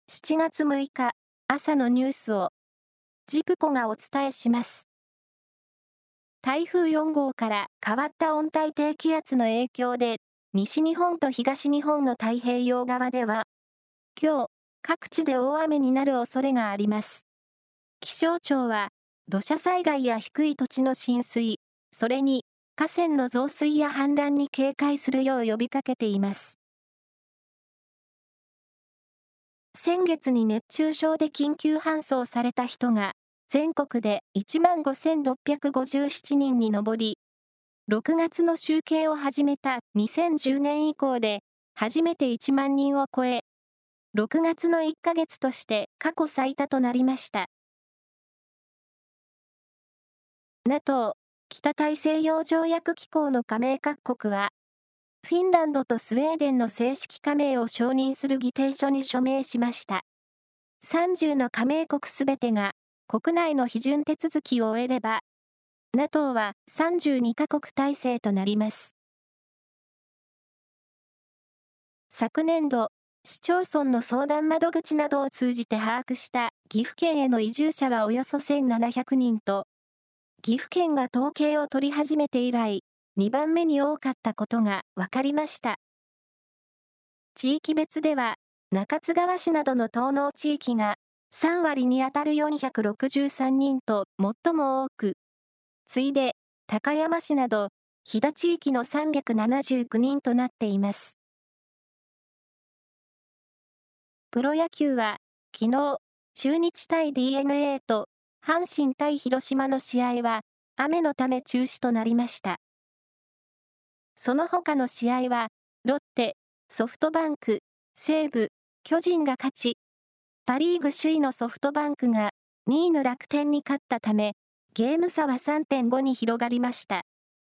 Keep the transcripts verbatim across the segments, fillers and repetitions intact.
しちがつむいか朝のニュースをジプコがお伝えします。台風よんごうから変わった温帯低気圧の影響で、西日本と東日本の太平洋側では、今日、各地で大雨になる恐れがあります。気象庁は、土砂災害や低い土地の浸水、それに河川の増水や氾濫に警戒するよう呼びかけています。先月に熱中症で緊急搬送された人が、全国で いちまんごせんろっぴゃくごじゅうなな 人に上り、ろくがつの集計を始めたにせんじゅうねん以降で、初めていちまんにんを超え、ろくがつのいっかげつとして過去最多となりました。NATO、北大西洋条約機構の加盟各国は、フィンランドとスウェーデンの正式加盟を承認する議定書に署名しました。さんじゅうの加盟国すべてが国内の批准手続きを終えれば、NATO はさんじゅうにかこく体制となります。昨年度、市町村の相談窓口などを通じて把握した岐阜県への移住者はおよそせんななひゃくにんと、岐阜県が統計を取り始めて以来、にばんめに多かったことが分かりました。地域別では、中津川市などの東農地域がさんわりにあたるよんひゃくろくじゅうさんにんと最も多く、次いで高山市など飛騨地域のさんびゃくななじゅうきゅうにんとなっています。プロ野球は昨日、中日対 ディーエヌエー と阪神対広島の試合は雨のため中止となりました。その他の試合はロッテ、ソフトバンク、西武、巨人が勝ち、パ・リーグ首位のソフトバンクがにいの楽天に勝ったため、ゲーム差は さんてんご に広がりました。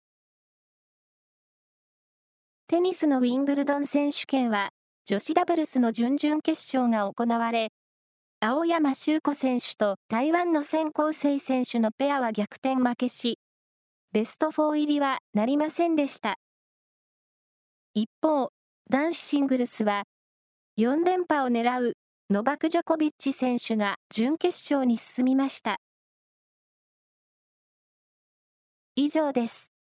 テニスのウィンブルドン選手権は、女子ダブルスの準々決勝が行われ、青山修子選手と台湾の千光誠選手のペアは逆転負けし、ベストよん入りはなりませんでした。一方、男子シングルスは、よんれんぱを狙うノバク・ジョコビッチ選手が準決勝に進みました。以上です。